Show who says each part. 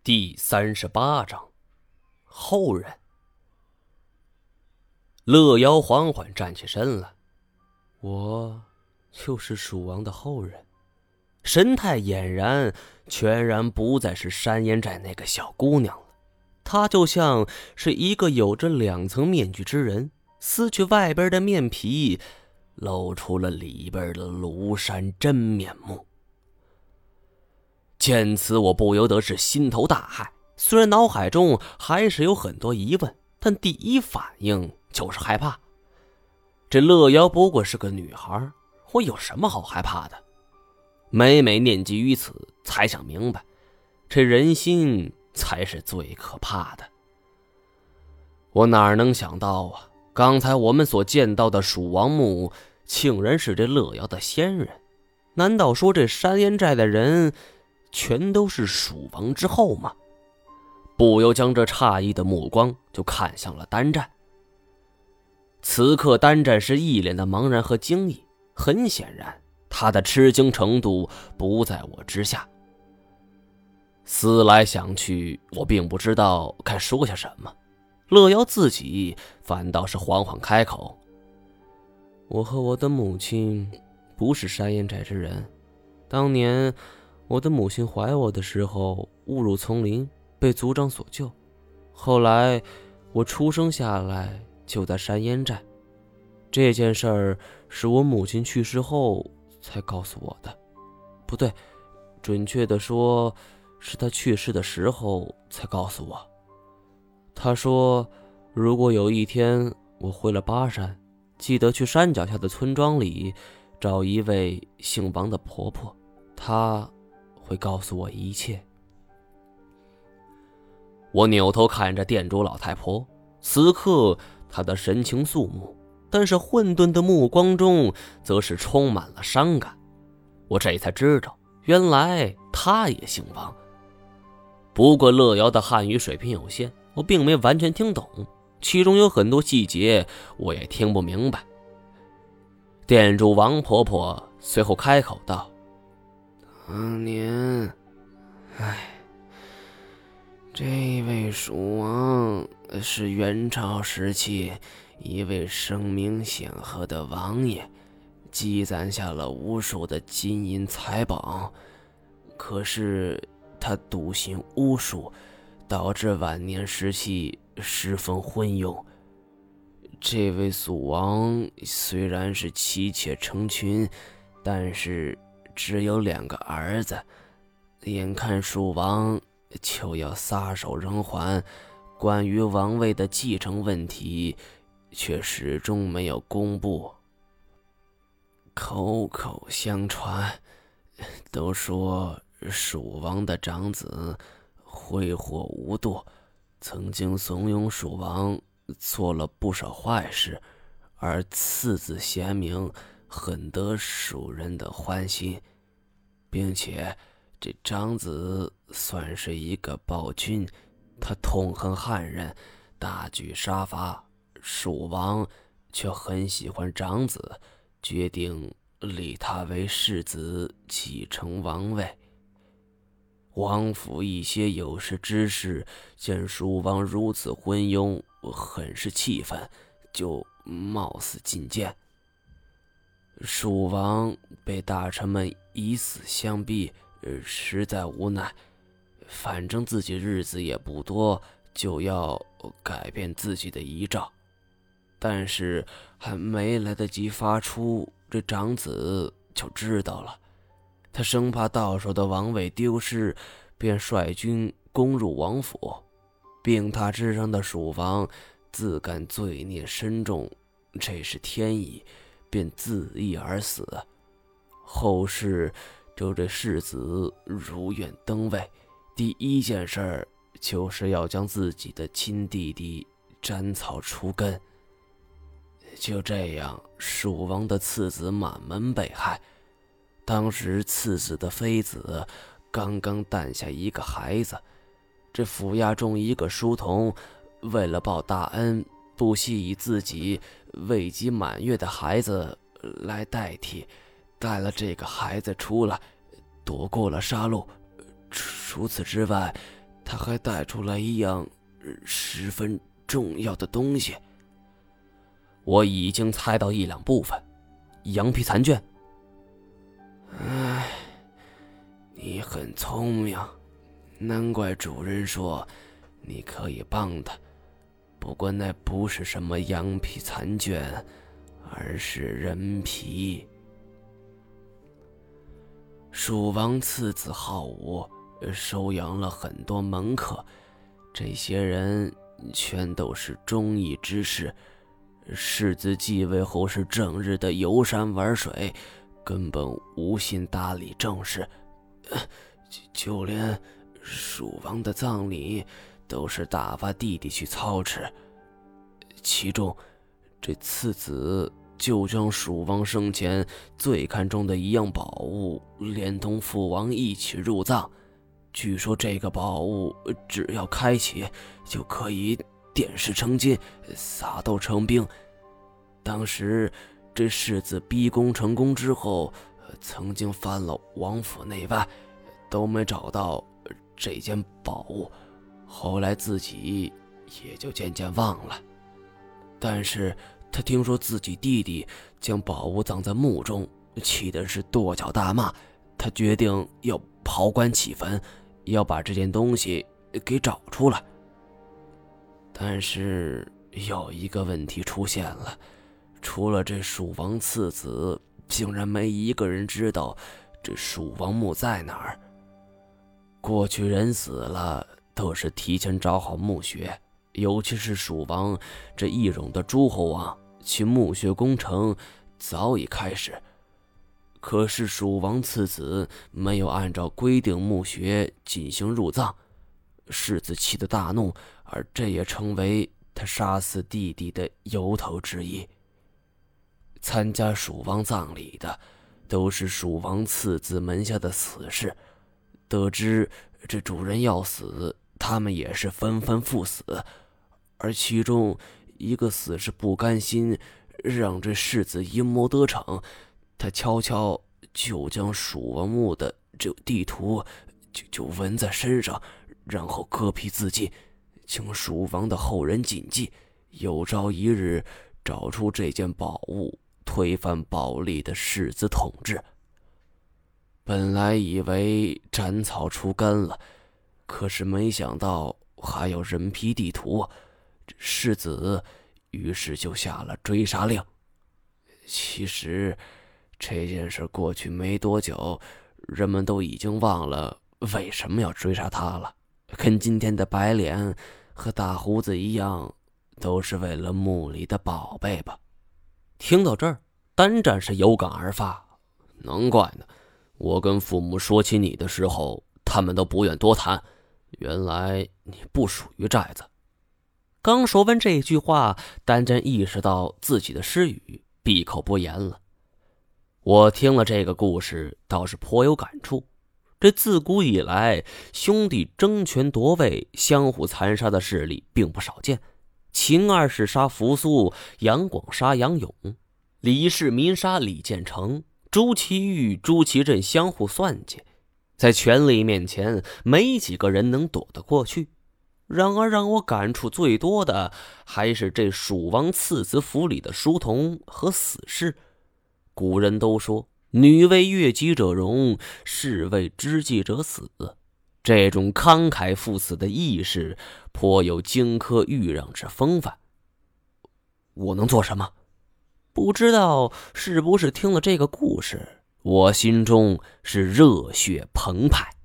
Speaker 1: 第38章后人。乐瑶缓缓站起身来，我就是蜀王的后人，神态俨然，全然不再是山烟寨那个小姑娘了。她就像是一个有着2层面具之人，撕去外边的面皮，露出了里边的庐山真面目。见此，我不由得是心头大骇，虽然脑海中还是有很多疑问，但第一反应就是害怕。这乐瑶不过是个女孩，我有什么好害怕的？每每念及于此，才想明白，这人心才是最可怕的。我哪能想到啊，刚才我们所见到的蜀王墓，竟然是这乐瑶的先人。难道说这山烟寨的人全都是蜀王之后吗？不由将这诧异的目光就看向了丹战。此刻丹战是一脸的茫然和惊异，很显然他的吃惊程度不在我之下。思来想去，我并不知道该说些什么。乐瑶自己反倒是缓缓开口：我和我的母亲不是山烟寨之人，当年我的母亲怀我的时候误入丛林，被族长所救。后来我出生下来就在山烟寨，这件事儿是我母亲去世后才告诉我的。不对，准确的说，是她去世的时候才告诉我。她说，如果有一天我回了巴山，记得去山脚下的村庄里找一位姓王的婆婆，她会告诉我一切。我扭头看着店主老太婆，此刻她的神情肃穆，但是混沌的目光中则是充满了伤感。我这才知道，原来她也姓王。不过乐瑶的汉语水平有限，我并没完全听懂，其中有很多细节我也听不明白。店主王婆婆随后开口道：
Speaker 2: 当年，这位蜀王是元朝时期一位声名显赫的王爷，积攒下了无数的金银财宝。可是他笃信巫术，导致晚年时期十分昏庸。这位蜀王虽然是妻妾成群，但是只有2个儿子。眼看蜀王就要撒手人寰，关于王位的继承问题却始终没有公布。口口相传，都说蜀王的长子挥霍无度，曾经怂恿蜀王做了不少坏事，而次子贤明，很得蜀人的欢心，并且这长子算是一个暴君，他痛恨汉人，大举杀伐。蜀王却很喜欢长子，决定立他为世子，继承王位。王府一些有识之士见蜀王如此昏庸，很是气愤，就冒死进谏。蜀王被大臣们以死相逼，实在无奈，反正自己日子也不多，就要改变自己的遗诏。但是还没来得及发出，这长子就知道了。他生怕到手的王位丢失，便率军攻入王府。病榻之上的蜀王自感罪孽深重，这是天意，便自缢而死。后世就这世子如愿登位，第一件事就是要将自己的亲弟弟斩草除根。就这样，蜀王的次子满门被害。当时次子的妃子刚刚诞下一个孩子，这府衙中一个书童为了报大恩，不惜以自己未及满月的孩子来代替，带了这个孩子出来，躲过了杀戮。除此之外， 他还带出来一样十分重要的东西。
Speaker 1: 我已经猜到一两部分，羊皮残卷。
Speaker 2: 唉，你很聪明，难怪主人说你可以帮他。不过那不是什么羊皮残卷，而是人皮。蜀王次子好武，收养了很多门客，这些人全都是忠义之士。世子继位后是整日的游山玩水，根本无心搭理政事，就连蜀王的葬礼都是打发弟弟去操持。其中这次子就将蜀王生前最看重的一样宝物连同父王一起入葬。据说这个宝物只要开启就可以点石成金，撒豆成兵。当时这世子逼宫成功之后，曾经翻了王府内外，都没找到这件宝物，后来自己也就渐渐忘了。但是他听说自己弟弟将宝物葬在墓中，气的是跺脚大骂。他决定要刨棺起坟，要把这件东西给找出来。但是有一个问题出现了，除了这蜀王次子，竟然没一个人知道这蜀王墓在哪儿。过去人死了都是提前找好墓穴，尤其是蜀王这义勇的诸侯王，其墓穴工程早已开始。可是蜀王次子没有按照规定墓穴进行入葬，世子气得大怒，而这也成为他杀死弟弟的由头之一。参加蜀王葬礼的都是蜀王次子门下的死士，得知这主人要死，他们也是纷纷赴死。而其中一个死士不甘心让这世子阴谋得逞，他悄悄就将蜀王墓的这地图就纹在身上，然后割皮自尽，请蜀王的后人谨记，有朝一日找出这件宝物，推翻暴力的世子统治。本来以为斩草除根了，可是没想到还有人皮地图，世子于是就下了追杀令。其实这件事过去没多久，人们都已经忘了为什么要追杀他了，跟今天的白脸和大胡子一样，都是为了墓里的宝贝吧。
Speaker 1: 听到这儿，单战是有感而发。难怪呢，我跟父母说起你的时候，他们都不愿多谈，原来你不属于寨子。刚说完这句话，单战意识到自己的失语，闭口不言了。我听了这个故事，倒是颇有感触。这自古以来，兄弟争权夺位、相互残杀的事例并不少见。秦二世杀扶苏，杨广杀杨勇，李世民杀李建成，朱祁钰、朱祁镇相互算计，在权力面前，没几个人能躲得过去。然而让我感触最多的，还是这蜀王次子府里的书童和死士。古人都说，女为悦己者容，士为知己者死。这种慷慨赴死的义士，颇有荆轲豫让之风范。我能做什么？不知道是不是听了这个故事，我心中是热血澎湃。